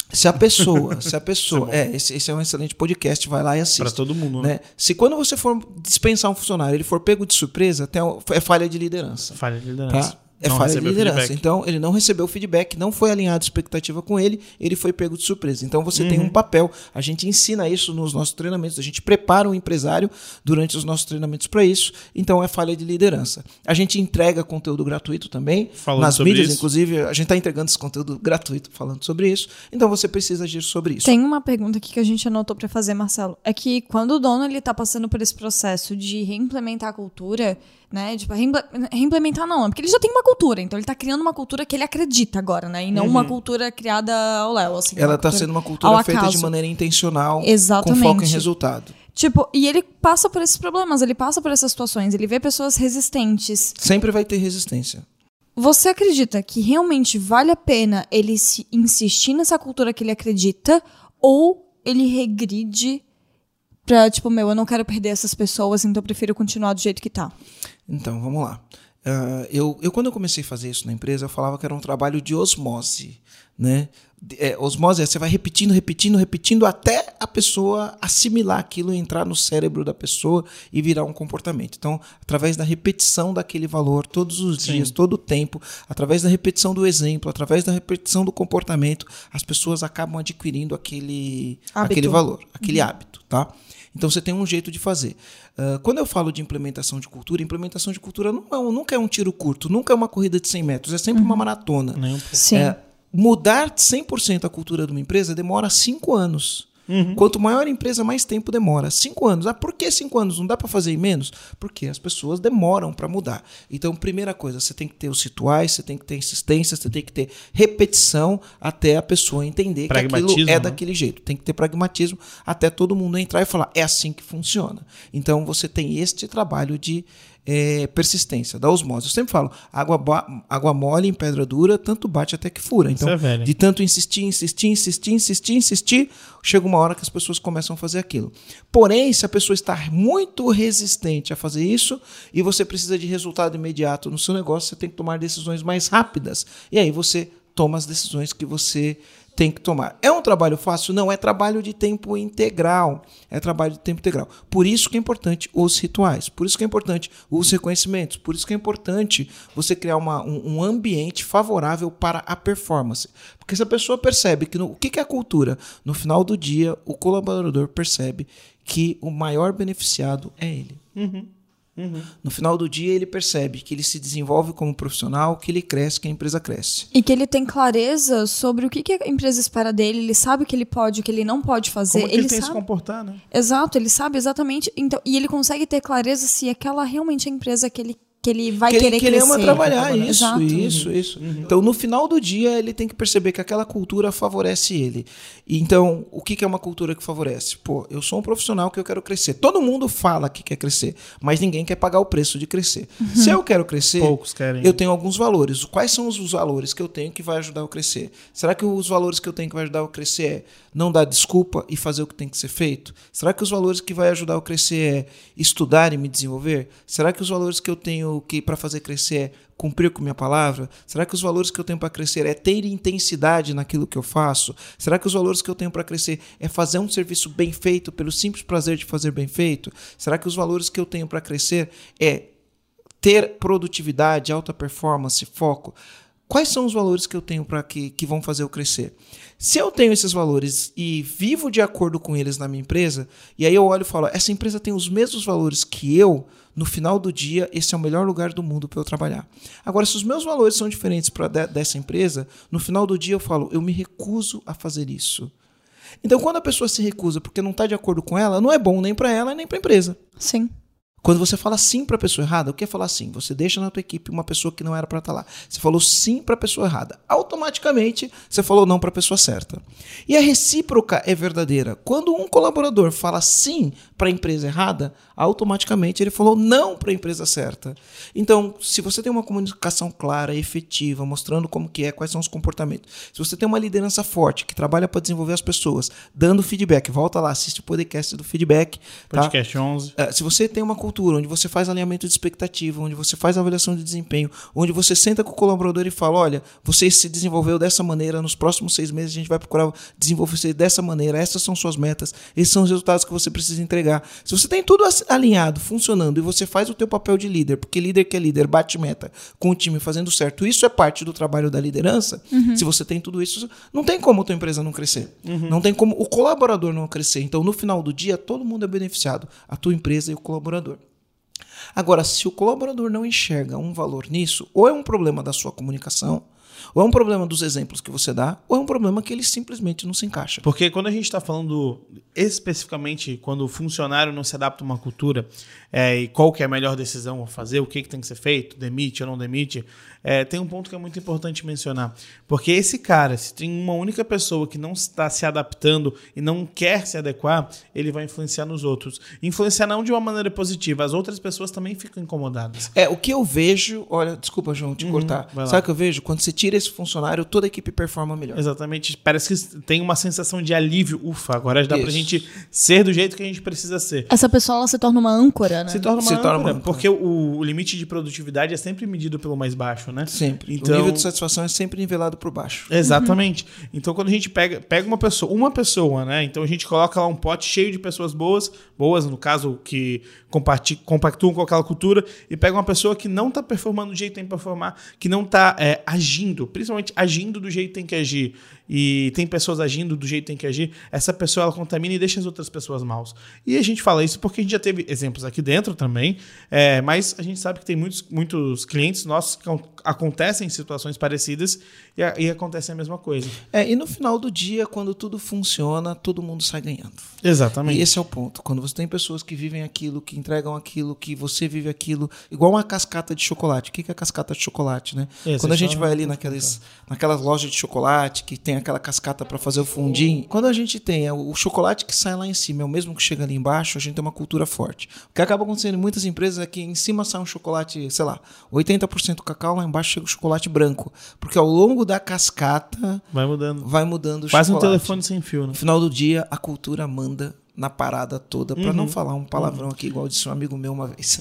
[SPEAKER 1] Se a pessoa, esse é um excelente podcast, vai lá e assista.
[SPEAKER 2] Para todo mundo,
[SPEAKER 1] né? Se quando você for dispensar um funcionário, ele for pego de surpresa, é falha de liderança.
[SPEAKER 2] Falha de liderança.
[SPEAKER 1] Tá? É falha de liderança. Então, ele não recebeu feedback, não foi alinhado a expectativa com ele, ele foi pego de surpresa. Então, você tem um papel. A gente ensina isso nos nossos treinamentos, a gente prepara o empresário durante os nossos treinamentos para isso. Então, é falha de liderança. A gente entrega conteúdo gratuito também,
[SPEAKER 2] falando
[SPEAKER 1] nas
[SPEAKER 2] sobre
[SPEAKER 1] mídias,
[SPEAKER 2] isso.
[SPEAKER 1] Inclusive, a gente está entregando esse conteúdo gratuito falando sobre isso. Então, você precisa agir sobre isso.
[SPEAKER 3] Tem uma pergunta aqui que a gente anotou para fazer, Marcelo. É que quando o dono está passando por esse processo de reimplementar a cultura, né? Tipo, reimplementar não, porque ele já tem uma cultura, então ele está criando uma cultura que ele acredita agora, né? E não uma cultura criada ao léu. Assim,
[SPEAKER 1] ela está sendo uma cultura feita de maneira intencional,
[SPEAKER 3] exatamente,
[SPEAKER 1] com foco em resultado.
[SPEAKER 3] Tipo, e ele passa por esses problemas, ele passa por essas situações, ele vê pessoas resistentes.
[SPEAKER 1] Sempre vai ter resistência.
[SPEAKER 3] Você acredita que realmente vale a pena ele insistir nessa cultura que ele acredita, ou ele regride pra, tipo, eu não quero perder essas pessoas, então eu prefiro continuar do jeito que tá?
[SPEAKER 1] Então, vamos lá. Quando eu comecei a fazer isso na empresa, eu falava que era um trabalho de osmose, né? Osmose é você vai repetindo até a pessoa assimilar aquilo e entrar no cérebro da pessoa e virar um comportamento. Então, através da repetição daquele valor todos os dias, todo o tempo, através da repetição do exemplo, através da repetição do comportamento, as pessoas acabam adquirindo aquele valor, aquele hábito, tá? Então, você tem um jeito de fazer. Quando eu falo de implementação de cultura nunca é um tiro curto, nunca é uma corrida de 100 metros, é sempre uma maratona.
[SPEAKER 3] Sim.
[SPEAKER 1] Mudar 100% a cultura de uma empresa demora 5 anos. Quanto maior a empresa, mais tempo demora. 5 anos. Por que 5 anos? Não dá para fazer em menos? Porque as pessoas demoram para mudar. Então, primeira coisa, você tem que ter os rituais, você tem que ter insistência, você tem que ter repetição até a pessoa entender que aquilo é daquele jeito. Tem que ter pragmatismo até todo mundo entrar e falar, é assim que funciona. Então, você tem este trabalho de persistência, da osmose. Eu sempre falo, água mole em pedra dura, tanto bate até que fura. Então, de tanto insistir, chega uma hora que as pessoas começam a fazer aquilo. Porém, se a pessoa está muito resistente a fazer isso e você precisa de resultado imediato no seu negócio, você tem que tomar decisões mais rápidas. E aí você toma as decisões que você tem que tomar. É um trabalho fácil? Não, é trabalho de tempo integral. É trabalho de tempo integral. Por isso que é importante os rituais, por isso que é importante os reconhecimentos, por isso que é importante você criar um ambiente favorável para a performance. Porque se a pessoa percebe que o que é a cultura? No final do dia, o colaborador percebe que o maior beneficiado é ele. No final do dia, ele percebe que ele se desenvolve como profissional, que ele cresce, que a empresa cresce.
[SPEAKER 3] E que ele tem clareza sobre o que a empresa espera dele, ele sabe o que ele pode, o que ele não pode fazer.
[SPEAKER 2] Como ele tem que se comportar, né?
[SPEAKER 3] Exato, ele sabe exatamente. Então, e ele consegue ter clareza se aquela realmente é a empresa que ele vai querer crescer.
[SPEAKER 1] Que ele ama trabalhar, isso. Então, no final do dia, ele tem que perceber que aquela cultura favorece ele. Então, o que é uma cultura que favorece? Pô, eu sou um profissional que eu quero crescer. Todo mundo fala que quer crescer, mas ninguém quer pagar o preço de crescer. Se eu quero crescer,
[SPEAKER 2] poucos querem.
[SPEAKER 1] Eu tenho alguns valores. Quais são os valores que eu tenho que vai ajudar eu a crescer? Será que os valores que eu tenho que vai ajudar eu a crescer é não dar desculpa e fazer o que tem que ser feito? Será que os valores que vai ajudar eu a crescer é estudar e me desenvolver? Será que os valores que eu tenho que para fazer crescer é cumprir com minha palavra? Será que os valores que eu tenho para crescer é ter intensidade naquilo que eu faço? Será que os valores que eu tenho para crescer é fazer um serviço bem feito pelo simples prazer de fazer bem feito? Será que os valores que eu tenho para crescer é ter produtividade, alta performance, foco? Quais são os valores que eu tenho para que vão fazer eu crescer? Se eu tenho esses valores e vivo de acordo com eles na minha empresa, e aí eu olho e falo, essa empresa tem os mesmos valores que eu, no final do dia, esse é o melhor lugar do mundo para eu trabalhar. Agora, se os meus valores são diferentes dessa empresa, no final do dia eu falo, eu me recuso a fazer isso. Então, quando a pessoa se recusa porque não está de acordo com ela, não é bom nem para ela nem para a empresa.
[SPEAKER 3] Sim.
[SPEAKER 1] Quando você fala sim para a pessoa errada, o que é falar sim? Você deixa na tua equipe uma pessoa que não era para estar lá. Você falou sim para a pessoa errada. Automaticamente, você falou não para a pessoa certa. E a recíproca é verdadeira. Quando um colaborador fala sim para a empresa errada, automaticamente ele falou não para a empresa certa. Então, se você tem uma comunicação clara, efetiva, mostrando como que é, quais são os comportamentos, se você tem uma liderança forte, que trabalha para desenvolver as pessoas, dando feedback, volta lá, assiste o podcast do feedback.
[SPEAKER 2] Podcast
[SPEAKER 1] tá?
[SPEAKER 2] 11.
[SPEAKER 1] Se você tem uma cultura onde você faz alinhamento de expectativa, onde você faz avaliação de desempenho, onde você senta com o colaborador e fala, olha, você se desenvolveu dessa maneira, nos próximos 6 meses a gente vai procurar desenvolver você dessa maneira, essas são suas metas, esses são os resultados que você precisa entregar. Se você tem tudo alinhado, funcionando, e você faz o teu papel de líder, porque líder que é líder bate meta com o time fazendo certo, isso é parte do trabalho da liderança. Se você tem tudo isso, não tem como a tua empresa não crescer. Não tem como o colaborador não crescer. Então, no final do dia, todo mundo é beneficiado, a tua empresa e o colaborador. Agora, se o colaborador não enxerga um valor nisso, ou é um problema da sua comunicação, ou é um problema dos exemplos que você dá, ou é um problema que ele simplesmente não se encaixa.
[SPEAKER 2] Porque quando a gente está falando especificamente quando o funcionário não se adapta a uma cultura, e qual que é a melhor decisão a fazer, o que tem que ser feito, demite ou não demite, tem um ponto que é muito importante mencionar. Porque esse cara, se tem uma única pessoa que não está se adaptando e não quer se adequar, ele vai influenciar nos outros. Influenciar não de uma maneira positiva, as outras pessoas também ficam incomodadas.
[SPEAKER 1] O que eu vejo, olha, desculpa, João, te cortar. Sabe o que eu vejo? Quando você tira esse funcionário, toda a equipe performa melhor.
[SPEAKER 2] Exatamente. Parece que tem uma sensação de alívio. Ufa, agora dá pra gente ser do jeito que a gente precisa ser.
[SPEAKER 3] Essa pessoa ela se torna uma âncora, né?
[SPEAKER 2] Se torna uma âncora. Porque o limite de produtividade é sempre medido pelo mais baixo, né?
[SPEAKER 1] Sempre.
[SPEAKER 2] Então,
[SPEAKER 1] o nível de satisfação é sempre nivelado por baixo.
[SPEAKER 2] Exatamente. Então, quando a gente pega uma pessoa, né? Então, a gente coloca lá um pote cheio de pessoas boas, no caso, que compactuam com aquela cultura, e pega uma pessoa que não está performando do jeito que tem que performar, que não está agindo, principalmente agindo do jeito que tem que agir, e tem pessoas agindo do jeito que tem que agir, essa pessoa ela contamina e deixa as outras pessoas maus. E a gente fala isso porque a gente já teve exemplos aqui dentro também, mas a gente sabe que tem muitos clientes nossos que acontecem situações parecidas e acontece a mesma coisa.
[SPEAKER 1] E no final do dia, quando tudo funciona, todo mundo sai ganhando.
[SPEAKER 2] Exatamente.
[SPEAKER 1] E esse é o ponto. Quando você tem pessoas que vivem aquilo, que entregam aquilo, que você vive aquilo, igual uma cascata de chocolate. O que é a cascata de chocolate, né? Quando a gente vai ali naquelas lojas de chocolate, que tem aquela cascata para fazer o fundim, quando a gente tem o chocolate que sai lá em cima, é o mesmo que chega ali embaixo, a gente tem uma cultura forte. O que acaba acontecendo em muitas empresas é que em cima sai um chocolate, sei lá, 80% cacau, lá embaixo chega o chocolate branco. Porque ao longo da cascata
[SPEAKER 2] vai mudando o
[SPEAKER 1] Quase
[SPEAKER 2] chocolate. Um telefone sem fio, né?
[SPEAKER 1] No final do dia, a cultura manda na parada toda, para não falar um palavrão aqui, igual disse um amigo meu uma vez.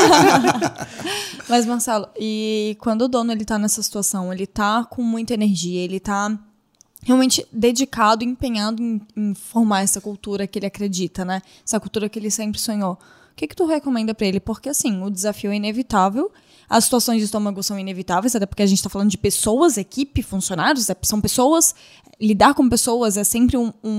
[SPEAKER 3] Mas, Marcelo, e quando o dono ele tá nessa situação, ele tá com muita energia, ele tá realmente dedicado, empenhado em formar essa cultura que ele acredita, né? Essa cultura que ele sempre sonhou. O que tu recomenda para ele? Porque, assim, o desafio é inevitável, as situações de estômago são inevitáveis, até porque a gente está falando de pessoas, equipe, funcionários, são pessoas, lidar com pessoas é sempre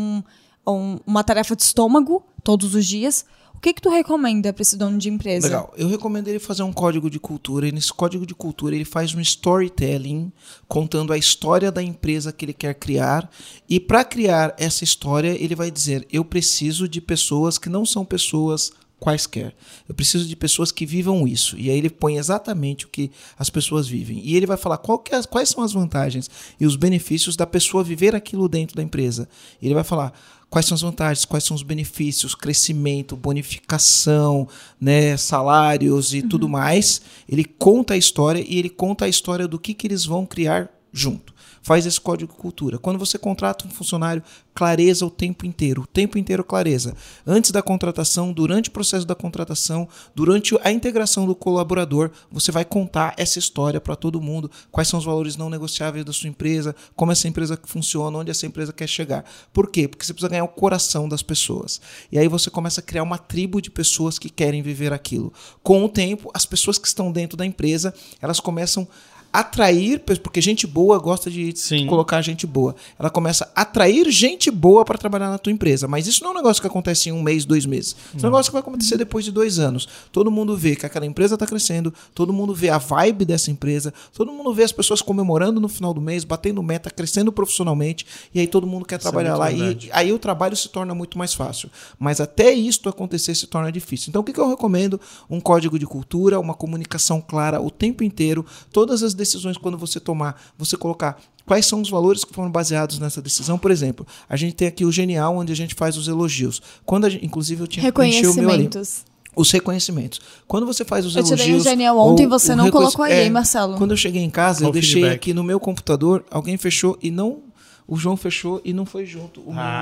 [SPEAKER 3] uma tarefa de estômago, todos os dias. O que tu recomenda para esse dono de empresa?
[SPEAKER 1] Legal. Eu recomendo ele fazer um código de cultura, e nesse código de cultura ele faz um storytelling, contando a história da empresa que ele quer criar, e para criar essa história ele vai dizer, eu preciso de pessoas que não são pessoas quaisquer. Eu preciso de pessoas que vivam isso. E aí ele põe exatamente o que as pessoas vivem. E ele vai falar quais são as vantagens e os benefícios da pessoa viver aquilo dentro da empresa. E ele vai falar quais são as vantagens, quais são os benefícios, crescimento, bonificação, né, salários e tudo mais. Ele conta a história e ele conta a história do que eles vão criar junto. Faz esse código de cultura. Quando você contrata um funcionário, clareza o tempo inteiro clareza. Antes da contratação, durante o processo da contratação, durante a integração do colaborador, você vai contar essa história para todo mundo, quais são os valores não negociáveis da sua empresa, como essa empresa funciona, onde essa empresa quer chegar. Por quê? Porque você precisa ganhar o coração das pessoas. E aí você começa a criar uma tribo de pessoas que querem viver aquilo. Com o tempo, as pessoas que estão dentro da empresa, elas começam atrair, porque gente boa gosta de colocar gente boa. Ela começa a atrair gente boa para trabalhar na tua empresa. Mas isso não é um negócio que acontece em 1 mês, 2 meses. Isso é um negócio que vai acontecer depois de 2 anos. Todo mundo vê que aquela empresa está crescendo, todo mundo vê a vibe dessa empresa, todo mundo vê as pessoas comemorando no final do mês, batendo meta, crescendo profissionalmente, e aí todo mundo quer trabalhar lá. E aí o trabalho se torna muito mais fácil. Mas até isto acontecer se torna difícil. Então o que eu recomendo? Um código de cultura, uma comunicação clara o tempo inteiro, todas as decisões quando você tomar, você colocar quais são os valores que foram baseados nessa decisão. Por exemplo, a gente tem aqui o Genial, onde a gente faz os elogios. Inclusive, eu tinha que preencher o meu ali. Os reconhecimentos. Quando você faz os elogios...
[SPEAKER 3] Eu tirei o Genial ontem e você não colocou aí, Marcelo.
[SPEAKER 1] Quando eu cheguei em casa, eu deixei aqui no meu computador, alguém fechou e não... O João fechou e não foi junto.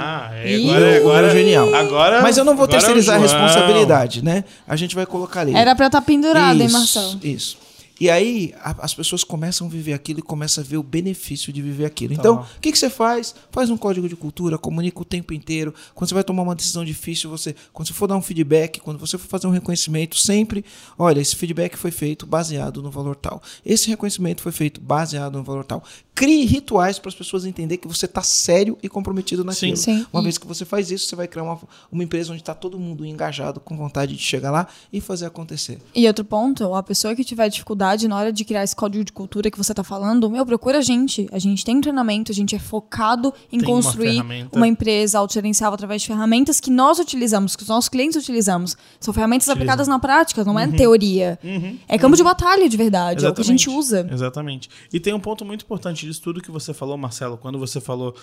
[SPEAKER 2] Agora
[SPEAKER 1] é genial.
[SPEAKER 2] Mas
[SPEAKER 1] eu não vou terceirizar a responsabilidade, né? A gente vai colocar ali.
[SPEAKER 3] Era pra estar pendurado, hein, Marcelo?
[SPEAKER 1] Isso. E aí, as pessoas começam a viver aquilo e começam a ver o benefício de viver aquilo. Então, o que você faz? Faz um código de cultura, comunica o tempo inteiro. Quando você vai tomar uma decisão difícil, quando você for dar um feedback, quando você for fazer um reconhecimento, sempre, olha, esse feedback foi feito baseado no valor tal. Esse reconhecimento foi feito baseado no valor tal. Crie rituais para as pessoas entenderem que você está sério e comprometido naquilo.
[SPEAKER 3] Sim.
[SPEAKER 1] Uma vez que você faz isso, você vai criar uma empresa onde está todo mundo engajado, com vontade de chegar lá e fazer acontecer.
[SPEAKER 3] E outro ponto, a pessoa que tiver dificuldade na hora de criar esse código de cultura que você está falando, procura a gente. A gente tem treinamento, a gente é focado em construir uma empresa autogerenciável através de ferramentas que nós utilizamos, que os nossos clientes utilizamos. São ferramentas aplicadas na prática, não é teoria. É campo de batalha de verdade, é o que a gente usa.
[SPEAKER 2] Exatamente. E tem um ponto muito importante disso tudo que você falou, Marcelo, quando você falou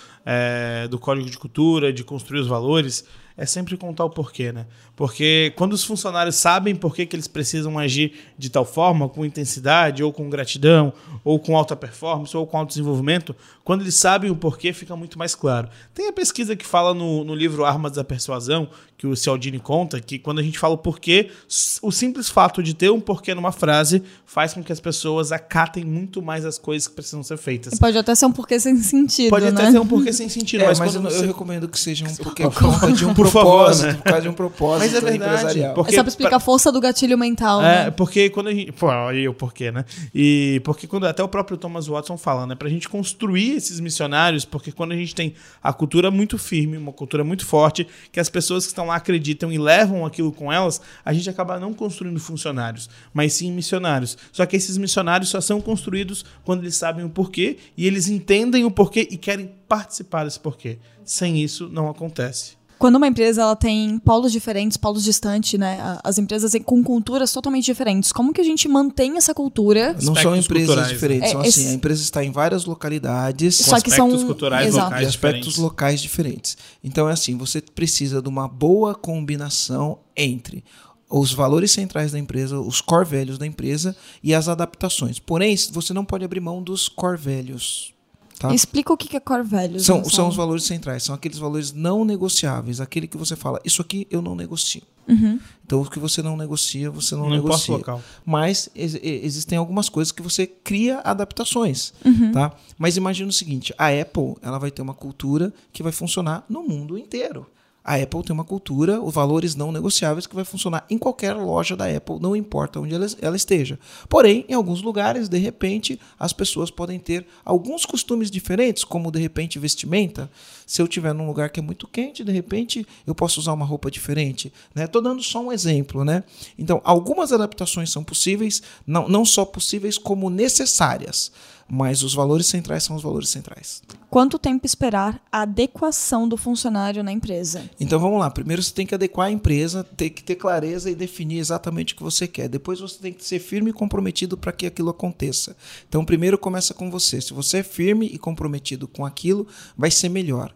[SPEAKER 2] do código de cultura, de construir os valores, é sempre contar o porquê, né? Porque quando os funcionários sabem por que eles precisam agir de tal forma, com intensidade, ou com gratidão, ou com alta performance, ou com alto desenvolvimento, quando eles sabem o porquê, fica muito mais claro. Tem a pesquisa que fala no livro Armas da Persuasão, que o Cialdini conta, que quando a gente fala o porquê, o simples fato de ter um porquê numa frase faz com que as pessoas acatem muito mais as coisas que precisam ser feitas.
[SPEAKER 3] E pode até ser um porquê sem sentido,
[SPEAKER 2] Pode até ser um porquê sem sentido.
[SPEAKER 1] Mas eu recomendo que seja um porquê por causa de um propósito,
[SPEAKER 2] né?
[SPEAKER 1] Por causa de um propósito.
[SPEAKER 2] Mas é verdade.
[SPEAKER 1] Empresarial.
[SPEAKER 3] É só pra explicar a força do gatilho mental, né?
[SPEAKER 2] Porque quando a gente... Olha o porquê, né? E porque quando até o próprio Thomas Watson fala, né? Pra gente construir esses missionários, porque quando a gente tem a cultura muito firme, uma cultura muito forte, que as pessoas que estão lá acreditam e levam aquilo com elas, a gente acaba não construindo funcionários, mas sim missionários. Só que esses missionários só são construídos quando eles sabem o porquê e eles entendem o porquê e querem participar desse porquê. Sem isso, não acontece.
[SPEAKER 3] Quando uma empresa ela tem polos diferentes, polos distantes, né? As empresas com culturas totalmente diferentes. Como que a gente mantém essa cultura?
[SPEAKER 1] Não são empresas
[SPEAKER 2] culturais,
[SPEAKER 1] diferentes,
[SPEAKER 2] né?
[SPEAKER 1] são assim, a empresa está em várias localidades.
[SPEAKER 3] Só que são
[SPEAKER 2] aspectos culturais locais
[SPEAKER 1] e aspectos locais diferentes. Então é assim, você precisa de uma boa combinação entre os valores centrais da empresa, os core values da empresa e as adaptações. Porém, você não pode abrir mão dos core values. Tá?
[SPEAKER 3] Explica o que é core values.
[SPEAKER 1] São os valores centrais, são aqueles valores não negociáveis, aquele que você fala, isso aqui eu não negocio. Então, o que você não negocia, você não negocia.
[SPEAKER 2] Local.
[SPEAKER 1] Mas existem algumas coisas que você cria adaptações. Tá? Mas imagina o seguinte, a Apple ela vai ter uma cultura que vai funcionar no mundo inteiro. A Apple tem uma cultura, os valores não negociáveis, que vai funcionar em qualquer loja da Apple, não importa onde ela esteja. Porém, em alguns lugares, de repente, as pessoas podem ter alguns costumes diferentes, como, de repente, vestimenta. Se eu estiver num lugar que é muito quente, de repente, eu posso usar uma roupa diferente. Estou dando só um exemplo. Né? Então, algumas adaptações são possíveis, não só possíveis, como necessárias. Mas os valores centrais são os valores centrais.
[SPEAKER 3] Quanto tempo esperar a adequação do funcionário na empresa?
[SPEAKER 1] Então vamos lá. Primeiro você tem que adequar a empresa, tem que ter clareza e definir exatamente o que você quer. Depois você tem que ser firme e comprometido para que aquilo aconteça. Então primeiro começa com você. Se você é firme e comprometido com aquilo, vai ser melhor.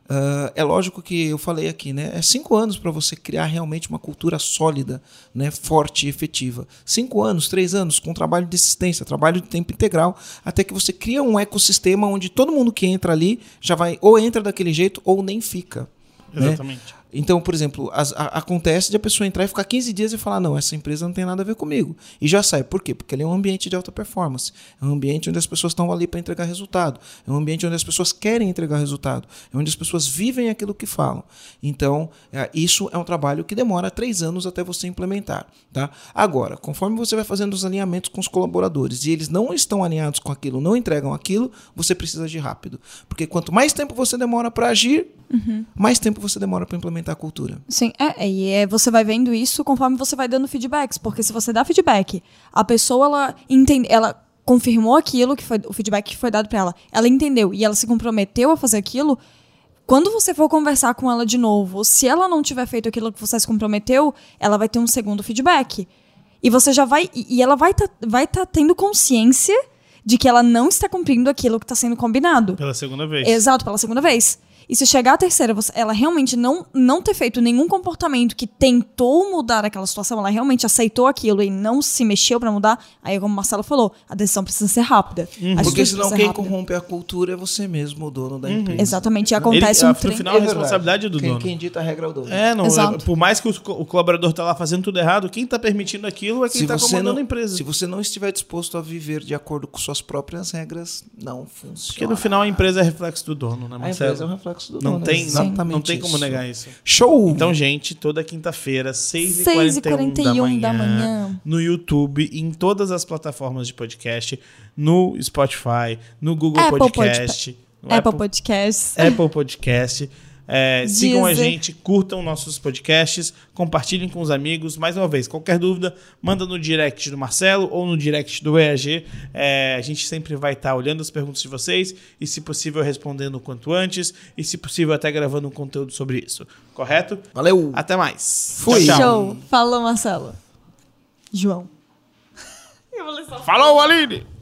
[SPEAKER 1] É lógico que eu falei aqui, né? É 5 anos para você criar realmente uma cultura sólida, né? Forte e efetiva. 5 anos, 3 anos, com trabalho de assistência, trabalho de tempo integral, até que você cria um ecossistema onde todo mundo que entra ali já vai ou entra daquele jeito ou nem fica.
[SPEAKER 2] Exatamente.
[SPEAKER 1] Né? Então, por exemplo, acontece de a pessoa entrar e ficar 15 dias e falar, não, essa empresa não tem nada a ver comigo. E já sai. Por quê? Porque ele é um ambiente de alta performance. É um ambiente onde as pessoas estão ali para entregar resultado. É um ambiente onde as pessoas querem entregar resultado. É onde as pessoas vivem aquilo que falam. Então, isso é um trabalho que demora 3 anos até você implementar. Tá? Agora, conforme você vai fazendo os alinhamentos com os colaboradores e eles não estão alinhados com aquilo, não entregam aquilo, você precisa agir rápido. Porque quanto mais tempo você demora para agir, mais tempo você demora para implementar a cultura.
[SPEAKER 3] Sim, você vai vendo isso conforme você vai dando feedbacks, porque se você dá feedback, a pessoa ela confirmou aquilo, que foi o feedback que foi dado para ela entendeu e ela se comprometeu a fazer aquilo, quando você for conversar com ela de novo, se ela não tiver feito aquilo que você se comprometeu, ela vai ter um segundo feedback. E você já vai... E ela vai tá tendo consciência de que ela não está cumprindo aquilo que está sendo combinado.
[SPEAKER 2] Pela segunda vez.
[SPEAKER 3] Exato, pela segunda vez. E se chegar à terceira, ela realmente não ter feito nenhum comportamento que tentou mudar aquela situação, ela realmente aceitou aquilo e não se mexeu pra mudar, aí como o Marcelo falou, a decisão precisa ser rápida.
[SPEAKER 1] Porque senão quem corrompe a cultura é você mesmo, o dono da empresa.
[SPEAKER 3] Exatamente, e acontece
[SPEAKER 2] No
[SPEAKER 3] trem.
[SPEAKER 2] final, a responsabilidade é do dono.
[SPEAKER 1] Quem dita a regra é o dono.
[SPEAKER 3] Exato.
[SPEAKER 2] Por mais que o colaborador tá lá fazendo tudo errado, quem tá permitindo aquilo é quem tá comandando a empresa.
[SPEAKER 1] Se você não estiver disposto a viver de acordo com suas próprias regras, não funciona.
[SPEAKER 2] Porque no final a empresa é reflexo do dono, né, Marcelo?
[SPEAKER 1] A empresa é um reflexo do dono.
[SPEAKER 2] Não tem como negar isso.
[SPEAKER 1] Show!
[SPEAKER 2] Então, gente, toda quinta-feira, 6h41 da manhã, no YouTube, em todas as plataformas de podcast, no Spotify, no Google Podcast, no
[SPEAKER 3] Apple Podcasts.
[SPEAKER 2] Apple Podcast. Sigam a
[SPEAKER 3] Deezer.
[SPEAKER 2] gente, curtam nossos podcasts, compartilhem com os amigos. Mais uma vez, qualquer dúvida, manda no direct do Marcelo ou no direct do EAG. A gente sempre vai estar olhando as perguntas de vocês e, se possível, respondendo o quanto antes e, se possível, até gravando um conteúdo sobre isso. Correto?
[SPEAKER 1] Valeu!
[SPEAKER 2] Até mais.
[SPEAKER 1] Fui.
[SPEAKER 2] Tchau, tchau.
[SPEAKER 3] Show. Falou, Marcelo. João.
[SPEAKER 2] Falou, Aline!